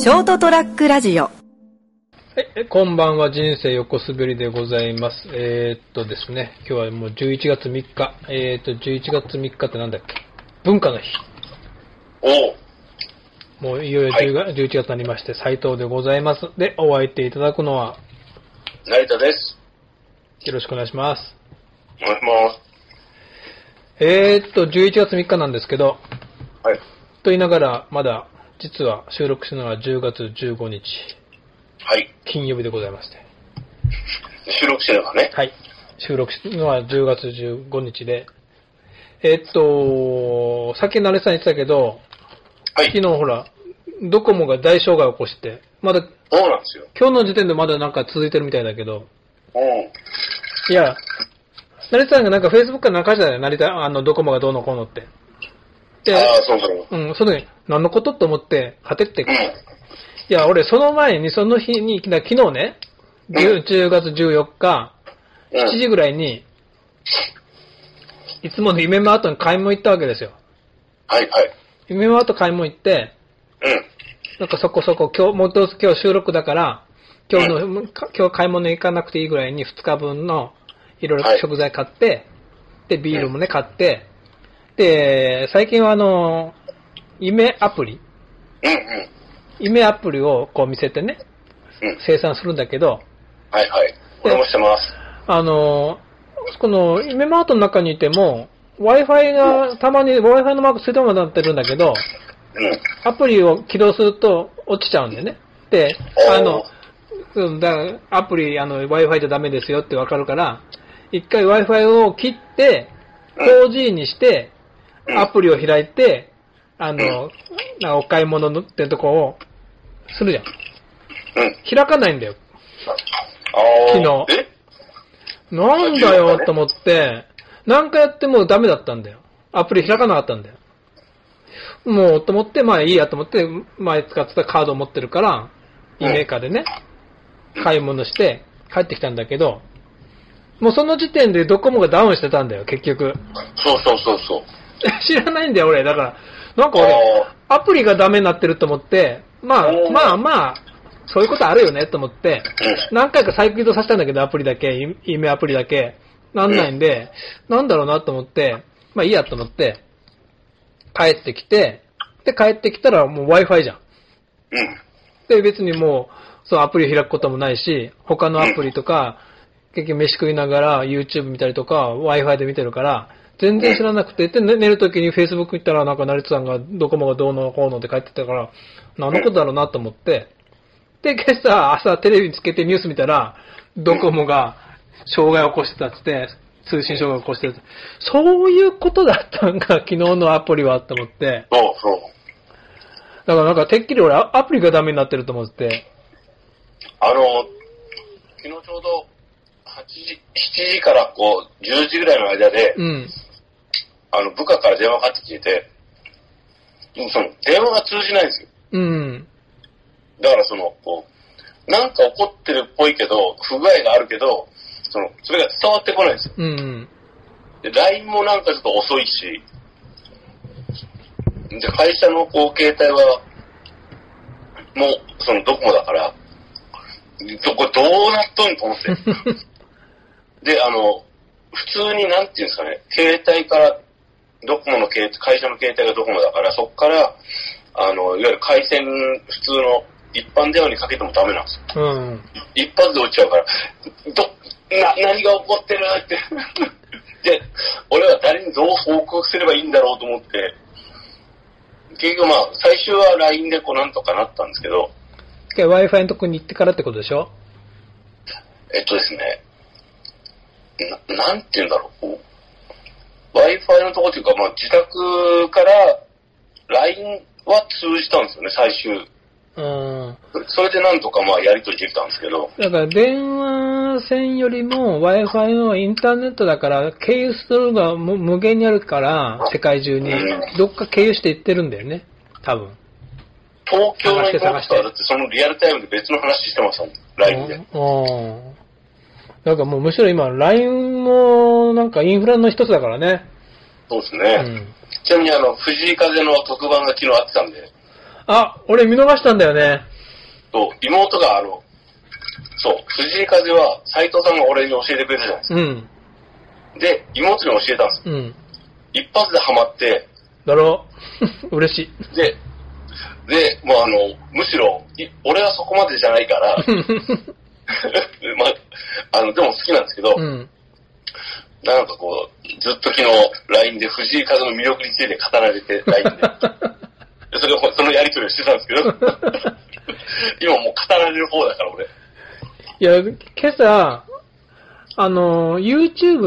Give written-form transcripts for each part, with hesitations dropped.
ショートトラックラジオ。 はい、こんばんは。人生横滑りでございます。ですね、今日はもう11月3日。11月3日ってなんだっけ？文化の日。もういよいよ11月になりまして、斉藤でございます。で、お相手いただくのは、 成田です。 よろしくお願いします。 お願いします。 11月3日なんですけど、 はい。 と言いながら、まだ、実は収録するのは10月15日。 はい。 金曜日でございまして。 収録してるのがね。 はい。収録するのは10月15日で。さっき成瀬さん言ってたけど、 はい。 昨日ほら、ドコモが大障害を起こして、まだ、 そうなんですよ。 今日の時点でまだなんか続いてるみたいだけど、いや、成田さんがなんか Facebook かなんかしたよね、成田、ドコモがどうのこうのって。で、 そうそう。 うん、その時、何のことって思って、はてって、 うん。 いや、俺その前に、その日に、昨日ね、10月14日、7時ぐらいに、いつもの夢マートに買い物行ったわけですよ。 はいはい。 夢マート買い物行って、なんかそこそこ、今日収録だから、今日買い物行かなくていいぐらいに2日分のいろいろ食材買って、で、ビールもね、買って、で、最近は夢アプリ夢アプリをこう見せてね、生産するんだけど、 はいはい。俺もしてます。 この夢マートの中にいても、Wi-Fi が、たまに Wi-Fi のマークついたままになってるんだけど、アプリを起動すると落ちちゃうんだよね。で、アプリ、Wi-Fi じゃダメですよってわかるから、一回 Wi-Fi を切って、4G にして、アプリを開いて、お買い物のってとこをするじゃん。開かないんだよ。昨日。なんだよと思って、何回やってもダメだったんだよ。アプリ開かなかったんだよ。もうと思って、まあいいやと思って、前使ってたカードを持ってるから、いいメーカーでね、買い物して帰ってきたんだけど、もうその時点でドコモがダウンしてたんだよ、結局。 そう。 知らないんだよ、俺。だから、なんか俺、アプリがダメになってると思って、まあ、そういうことあるよねと思って、何回か再起動させたんだけど、アプリだけ、夢アプリだけ、なんないんで、なんだろうなと思って、まあいいやと思って、帰ってきて、で、帰ってきたらもう Wi-Fi じゃん。で、別にもう、そのアプリを開くこともないし、他のアプリとか、結局飯食いながら YouTube 見たりとか、Wi-Fi で見てるから、全然知らなくて、で、寝るときに Facebook 行ったらなんか成田さんがドコモがどうのこうのって書いてたから、何のことだろうなと思って、で、今朝朝テレビつけてニュース見たら、ドコモが障害を起こしてたって、通信障害を起こしてた。そういうことだったんか、昨日のアプリはと思って。 そう。 だからなんかてっきり俺アプリがダメになってると思って。 昨日ちょうど7時からこう10時ぐらいの間で、部下から電話がかかってきて、その電話が通じないんですよ。だからこう、なんか起こってるっぽいけど、不具合があるけど、それが伝わってこないんですよ。で、LINE もなんかちょっと遅いし、で、会社のこう、携帯は、もう、ドコモだから、これどうなっとんと思って。で、普通になんていうんですかね、携帯から、ドコモの会社の携帯がドコモだから、そこから、いわゆる回線、普通の一般電話にかけてもダメなんですよ。一発で落ちちゃうから、何が起こってるって。で、俺は誰にどう報告すればいいんだろうと思って、結局まあ、最終は LINE でこうなんとかなったんですけど。 Wi-Fi のとこに行ってからってことでしょ？ ですね、なんて言うんだろう。Wi-Fi のとこっていうか、まあ自宅から LINE は通じたんですよね、最終。それでなんとかまあやり取りできたんですけど。 だから電話線よりも Wi-Fi のインターネットだから経由するのが無限にあるから世界中にどっか経由していってるんだよね、多分。 東京の妹とはだってそのリアルタイムで別の話してましたもん、LINE で。 なんかもうむしろ今 LINE もなんかインフラの一つだからね。 そうですね。ちなみに藤井風の特番が昨日あってたんで。 あ、俺見逃したんだよね。 妹がそう、藤井風は斉藤さんが俺に教えてくれたじゃないですか。で、妹に教えたんですよ。一発でハマって。 だろう嬉しい。 で、もうむしろ、俺はそこまでじゃないから、まあ、でも好きなんですけど、なんかこう、ずっと昨日 LINE で藤井風の魅力について語られて LINE で、そのやりとりをしてたんですけど、今もう語られる方だから俺。 いや、今朝、YouTube って、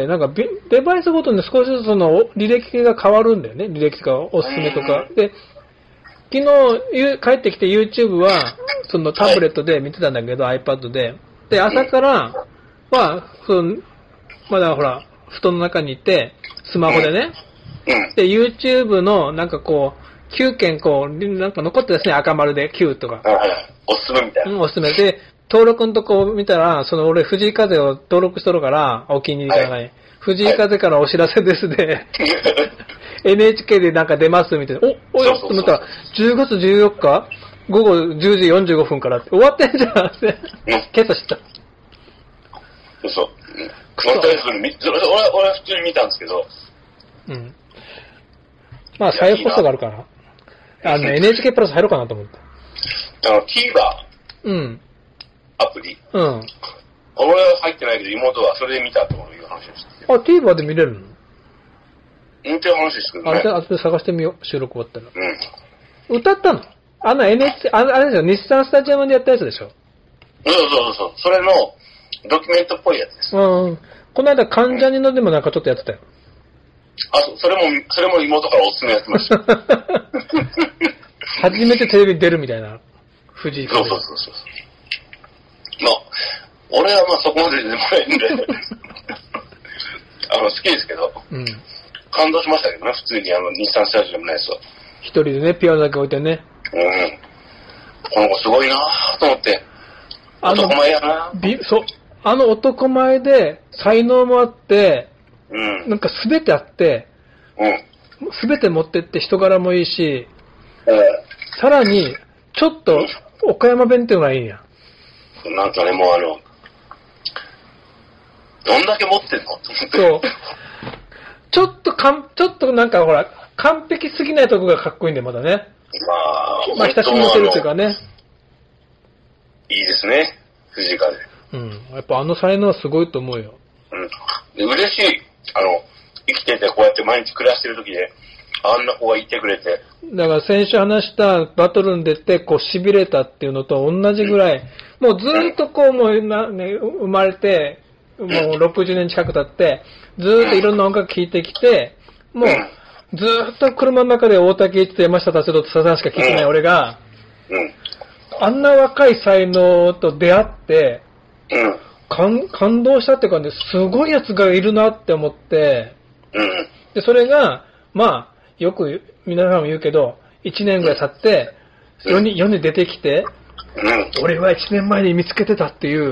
なんかデバイスごとに少しずつその履歴が変わるんだよね。履歴とかおすすめとか。で、昨日帰ってきて YouTube は、そのタブレットで見てたんだけど、iPad で。で、朝からは、まだほら、布団の中にいて、スマホでね。で、YouTube のなんかこう、9件こう、なんか残ってですね、赤丸で9とか。 おすすめみたいな。 おすすめで、登録のとこ見たら、俺、藤井風を登録しとるから、お気に入りがない。藤井風からお知らせですで、NHK でなんか出ますみたいな。およっと思ったら、10月14日午後10時45分からって、終わってんじゃんって、今朝知った。 そう。俺は普通に見たんですけど。 まあ、再放送があるから。NHK プラス入ろうかなと思った。 TVer。アプリ。俺は入ってないけど、妹はそれで見たという話をして。 TVer で見れるの？ っていう話ですけどね。 後で探してみよう、収録終わったら。歌ったの？NHK、あれですよ、日産スタジアムでやったやつでしょ？ そう。それの、ドキュメントっぽいやつです。 この間、関ジャニのでもなんかちょっとやってたよ。 そう、それも妹からおすすめやってました。 初めてテレビに出るみたいな、藤井風。 そう。まあ、俺はまあそこまででもないんで、好きですけど、感動しましたけどね、普通に日産スタジアムのやつは。 一人でね、ピアノだけ置いてね。 この子すごいなぁと思って、男前やなぁ。 そう。男前で、才能もあって、なんかすべてあって、すべて持ってって人柄もいいし、さらに、ちょっと、岡山弁っていうのがいいんや。 なんかね、もうどんだけ持ってんのと思って。 そう。ちょっとなんかほら、完璧すぎないとこがかっこいいんで、まだね。まあ、親しみ持てるっていうかね。 いいですね、藤井風。 やっぱ才能はすごいと思うよ。 で嬉しい。生きててこうやって毎日暮らしてる時で、あんな子がいてくれて。 だから先週話したバトルに出て、こう痺れたっていうのと同じぐらい、もうずーっとこうもう生まれて、もう60年近く経って、ずーっといろんな音楽聴いてきて、もうずーっと車の中で大竹一と山下達郎とサザンしか聴いてない俺が、あんな若い才能と出会って、感動したっていうかね、すごいやつがいるなって思って、で、それが、まあ、よく皆さんも言うけど、1年ぐらい経って、世に出てきて、俺は1年前に見つけてたっていう。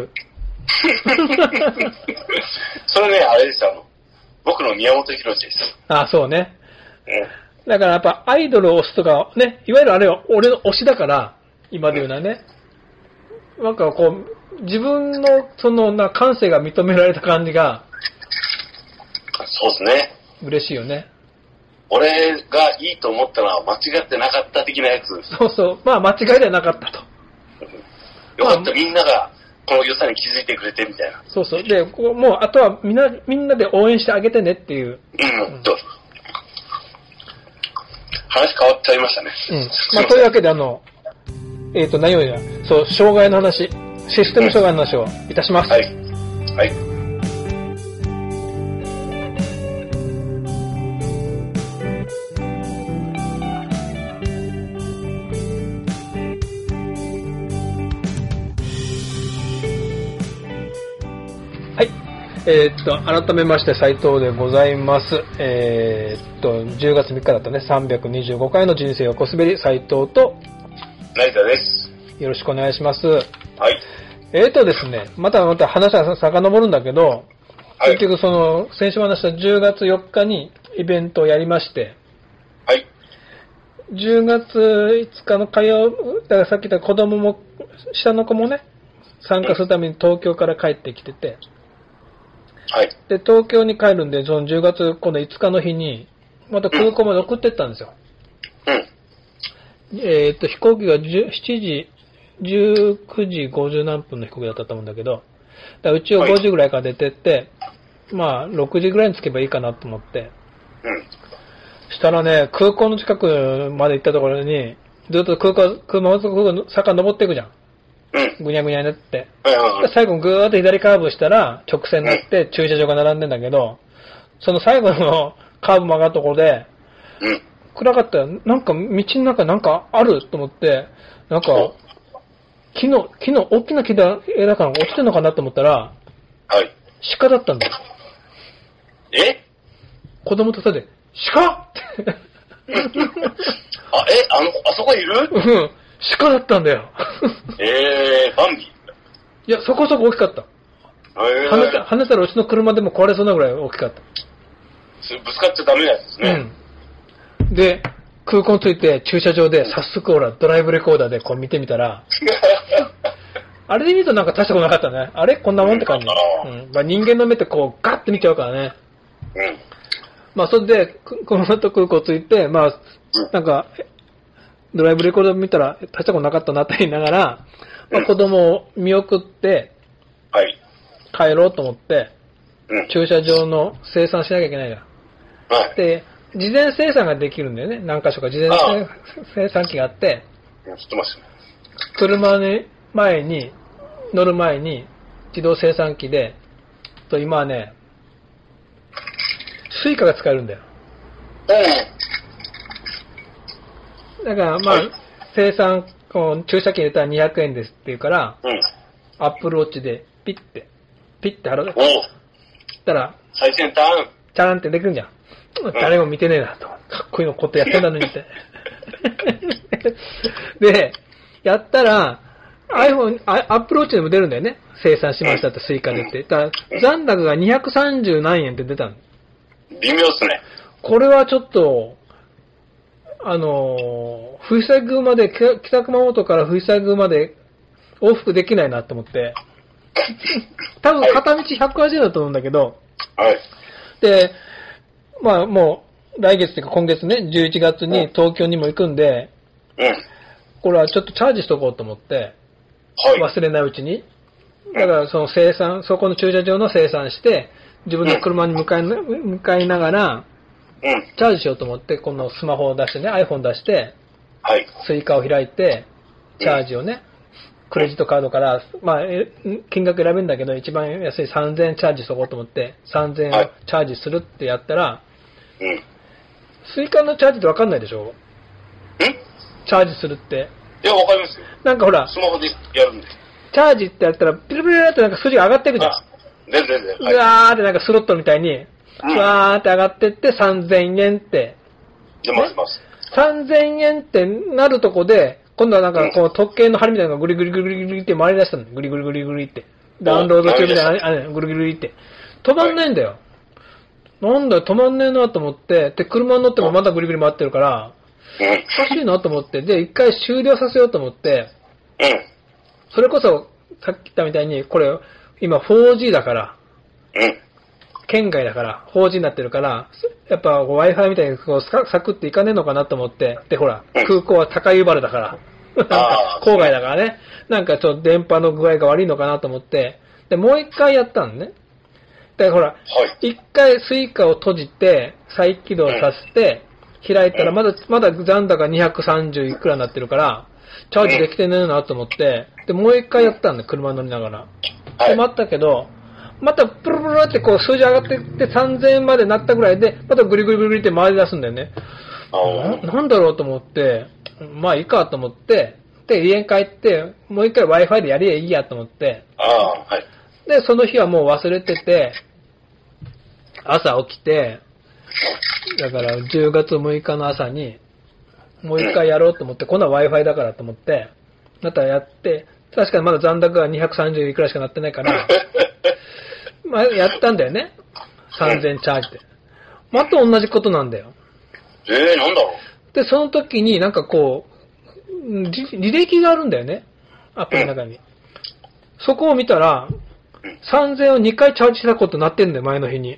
それね、あれです僕の宮本浩次です。 そうね。だからやっぱアイドルを推すとか、ね、いわゆるあれは俺の推しだから、今で言うのはね。なんかこう、自分の感性が認められた感じが、 そうですね。 嬉しいよね。 俺がいいと思ったのは間違ってなかった的なやつ。 そう。まあ間違いではなかったと。 よかった、みんながこの良さに気づいてくれてみたいな。 そう。で、もうあとはみんなで応援してあげてねっていう。 話変わっちゃいましたね。 まあというわけで何よりそう、障害の話、システム障害の話をいたします。はい。改めまして斉藤でございます。10月3日だったね、325回の人生横滑り、斉藤と成田です。 よろしくお願いします。 はい。 ですね、また話は遡るんだけど、結局先週話した10月4日にイベントをやりまして、 はい。 10月5日の火曜、だからさっき言った子供も下の子もね、参加するために東京から帰ってきてて、 はい。 で、東京に帰るんで、その10月今度5日の日に、また空港まで送ってったんですよ。 うん。 飛行機が19時50何分の飛行機だったと思うんだけど、だからうちを5時ぐらいから出てって、まあ、6時ぐらいに着けばいいかなと思って、 うん。 したらね、空港の近くまで行ったところに、ずっと熊本空港の坂登っていくじゃん。 うん。 ぐにゃぐにゃになって。 はい。 で最後ぐーっと左カーブしたら直線になって駐車場が並んでんだけど、その最後のカーブ曲がるところで、 うん。 暗かったよ。なんか道の中なんかあると思って、なんか木の大きな木だ枝から落ちてんのかなと思ったら、 はい。 鹿だったんだよ。 え子供とそれで、鹿って。 あそこいる？ うん。鹿だったんだよ。 バンビ。 いや、そこそこ大きかった。跳ねたらうちの車でも壊れそうなぐらい大きかった。 ぶつかっちゃダメなやつですね。 うん。で、空港に着いて駐車場で早速ほら、ドライブレコーダーでこう見てみたら、あれで見るとなんか大したことなかったね。あれこんなもんって感じ。うん。まあ、人間の目ってこうガッて見ちゃうからね。 うん。 まあ、それで、熊本空港着いて、まあ、なんか、ドライブレコーダー見たら大したことなかったなって言いながら、まあ、子供を見送って、 はい。 帰ろうと思って、 うん。 駐車場の生産しなきゃいけないじゃん。 はい。 で、事前生産ができるんだよね。何箇所か事前生産機があって、 知ってます。 車に乗る前に自動生産機で、今はね、スイカが使えるんだよ。だからまあ、はい、生産、注射器入れたら200円ですって言うから、 うん、 アップルウォッチでピッて払う。したら、 最先端チャランってできるんじゃん。誰も見てねえなと。かっこいいのことやってんだのにって。で、やったら、iPhone、Apple Watch でも出るんだよね。生産しましたってスイカでって。だから残高が230何円って出たの。 微妙っすね。 これはちょっと、富士宮まで、北熊本から富士宮まで往復できないなと思って。多分片道180円だと思うんだけど。 はい。 で、まあもう来月っていうか今月ね、11月に東京にも行くんで、 うん。 これはちょっとチャージしとこうと思って、 はい。 忘れないうちに。だからそのそこの駐車場の生産して、自分の車に向かいながら、 うん。 チャージしようと思って、このスマホを出してね、iPhone 出して、 はい。 スイカを開いて、チャージをね、クレジットカードから、まあ、金額選べるんだけど、一番安い3000円チャージしとこうと思って、3000円をチャージするってやったら、 うん。 スイカのチャージってわかんないでしょ？ ん？ チャージするって。 いや、わかりますよ。 なんかほら、 スマホでやるんで。 チャージってやったら、ピルピルってなんか数字が上がっていくじゃん。 全然。 うわーってなんかスロットみたいに、うわーって上がってって3000円って。 出ます。 3000円ってなるとこで、今度はなんかこう時計の針みたいなのがグリグリグリグリって回り出したの。グリグリグリグリって。ダウンロード中みたいな、グリグリグリって。止まんないんだよ。なんだよ、止まんねえなと思って、で、車に乗ってもまだグリグリ回ってるから、おかしいなと思って、で、一回終了させようと思って、それこそ、さっき言ったみたいに、これ、今 4G だから、県外だから、4G になってるから、やっぱ Wi-Fi みたいにこうサクっていかねえのかなと思って、で、ほら、空港は高湯原だから、なんか郊外だからね、なんかちょっと電波の具合が悪いのかなと思って、で、もう一回やったのね。で、ほら、一回スイカを閉じて、再起動させて、開いたらまだ残高230いくらになってるから、チャージできてねえなと思って、で、もう一回やったんだ、車乗りながら。で、待ったけど、またプルプルってこう数字上がっていって3000円までなったぐらいで、またグリグリグリグリって回り出すんだよね。なんだろうと思って、まあいいかと思って、で、家に帰って、もう一回 Wi-Fi でやりゃいいやと思って、で、その日はもう忘れてて、朝起きて、だから10月6日の朝に、もう一回やろうと思って、今度は Wi-Fi だからと思って、またやって、確かにまだ残高が230いくらしかなってないから、まあ、やったんだよね。3000チャージで。また同じことなんだよ。 なんだろう。 で、その時になんかこう、履歴があるんだよね。 アプリの中に。そこを見たら、3000を2回チャージしたことになってんだよ、前の日に。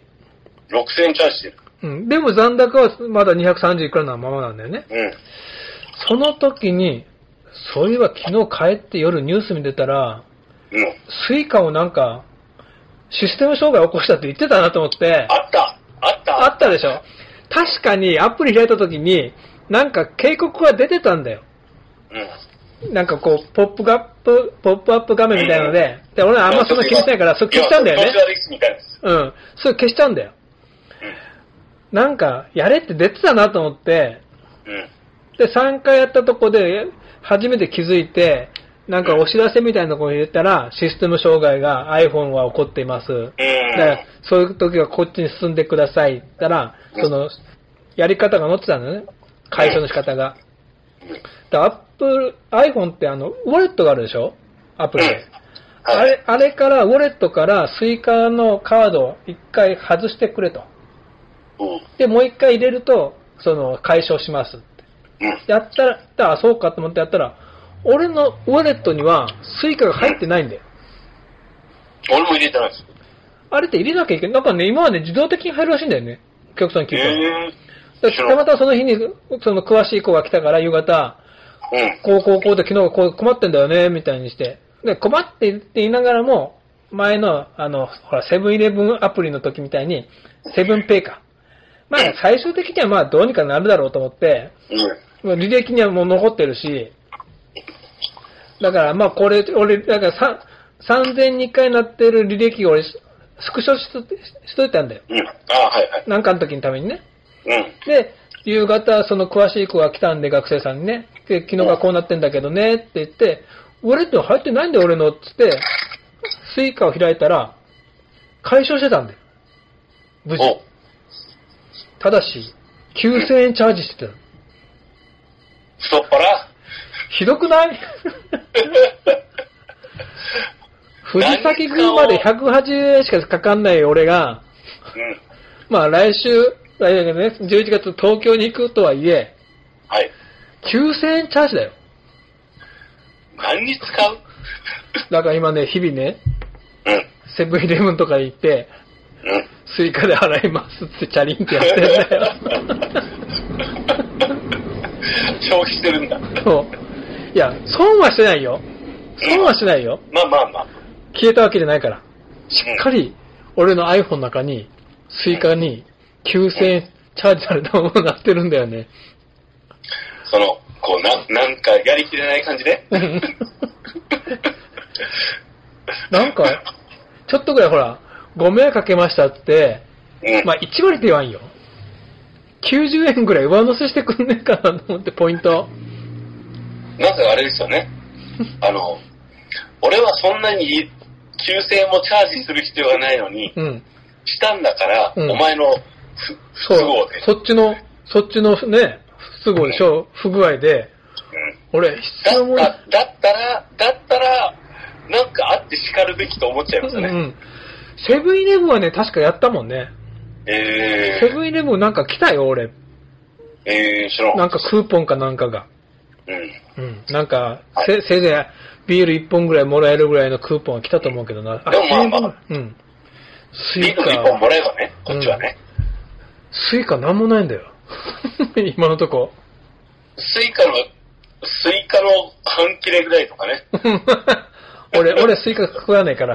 6000チャージしてる。 うん。でも残高はまだ230いくらのままなんだよね。 うん。 その時に、そういえば昨日帰って夜ニュース見てたら、 うん。 スイカをなんか、システム障害起こしたって言ってたなと思って。 あったでしょ。確かにアプリ開いた時に、なんか警告が出てたんだよ。 うん。 なんかこう、ポップアップ画面みたいなので、で、俺はあんまそんな気にしないから、それ消しちゃうんだよね。うん。それ消しちゃうんだよ。うん。なんか、やれって出てたなと思って、うん。で、3回やったとこで、初めて気づいて、なんかお知らせみたいなところに入れたら、システム障害が iPhone は起こっています。だから、そういう時はこっちに進んでくださいって言ったら、その、やり方が載ってたんだよね。解消の仕方が。iPhone ってウォレットがあるでしょ？アプリで。あれから、ウォレットからスイカのカードを一回外してくれと。で、もう一回入れると、解消しますって。やったら、そうかと思ってやったら、俺のウォレットにはスイカが入ってないんだよ。 俺も入れてないです。 あれって入れなきゃいけない。なんかね、今はね、自動的に入るらしいんだよね。お客さん聞いたら。たまたまその日に、詳しい子が来たから夕方、こうで昨日こう困ってんだよね、みたいにして。で、困ってって言いながらも、前の、ほら、セブンイレブンアプリの時みたいに、セブンペイか。まあ、最終的にはまあ、どうにかなるだろうと思って、履歴にはもう残ってるし、だからまあ、俺、だから3002回なってる履歴を俺、スクショしといたんだよ。 はいはい。 なんかの時のためにね。で、夕方、詳しい子が来たんで、学生さんにね。で、昨日がこうなってんだけどね、って言って、ウォレット入ってないんだよ、俺の、つって、スイカを開いたら、解消してたんだよ。無事。ただし、9000円チャージしてた。 太っ腹？ ひどくない藤崎宮まで180円しかかかんない俺が、まあ来週、ね、11月東京に行くとはいえ、 はい。 9000円チャージだよ。 何に使う？ だから今ね、日々ね、セブンイレブンとか行って、スイカで払いますってチャリンってやってんだよ。 消費してるんだ。 そう。いや、損はしてないよ。損はしてないよ。 まあ。 消えたわけじゃないから。しっかり、俺の iPhone の中に、スイカに9000円チャージされたものになってるんだよね。なんかやりきれない感じでなんか、ちょっとぐらいほら、ご迷惑かけましたって、まあ1割で言わんよ。90円ぐらい上乗せしてくんねえかなと思って、ポイント。 なんかあれですよね。俺はそんなに9000円もチャージする必要がないのに、したんだから、お前の不都合で。 そっちのね、不都合でしょ、不具合で。俺、必要もだったら、なんかあって叱るべきと思っちゃいますよね。 セブンイレブンはね、確かやったもんね。セブンイレブンなんか来たよ、俺。 知らん。 なんかクーポンかなんかが。なんか、せいぜいビール1本ぐらいもらえるぐらいのクーポンが来たと思うけどな。 でもまあ。 スイカ。 ビール1本もらえばね、こっちはね。 スイカなんもないんだよ。今のとこ。 スイカの半切れぐらいとかね。 俺スイカ食わないから。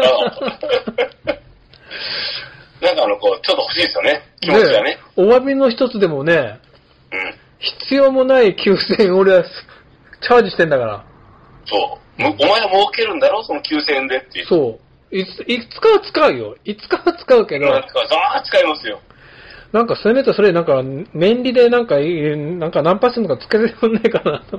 なんかちょっと欲しいですよね。気持ちがね。 お詫びの一つでもね、必要もない9000円俺はチャージしてんだから。 そう。お前は儲けるんだろその9000円でっていう。 そう。いつかは使うよ。いつかは使うけど。 使いますよ。 なんか、それとそれ、なんか、年利でなんか何パーセントかつけてくんないかなと。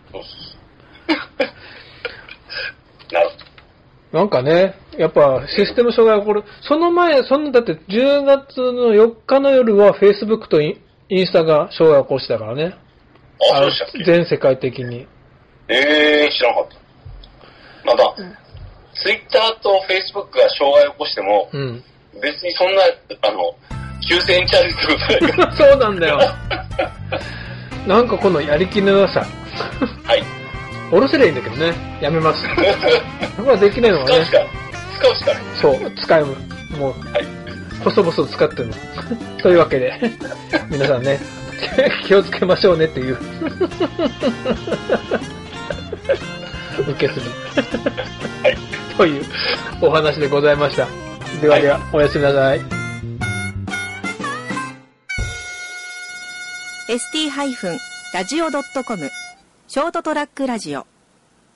なるほど。なんかね、やっぱシステム障害が起こる。その前、だって10月の4日の夜は Facebook とインスタが障害を起こしてたからね。 そうでしたっけ？ 全世界的に。 知らなかった。まだ、Twitter と Facebook が障害を起こしても、別にそんな、9000円チャージすることない。 そうなんだよ。なんかこのやりきりの良さ。 はい。 下ろせりゃいいんだけどね。やめます。そこはできないのはね。 使うしかない。 そう、使う。もう、はい、細々使ってるの。というわけで、皆さんね、気をつけましょうねっていう。受け継ぎ。はい。というお話でございました。ではでは、はい、おやすみなさい。 st-radio.com ショートトラックラジオ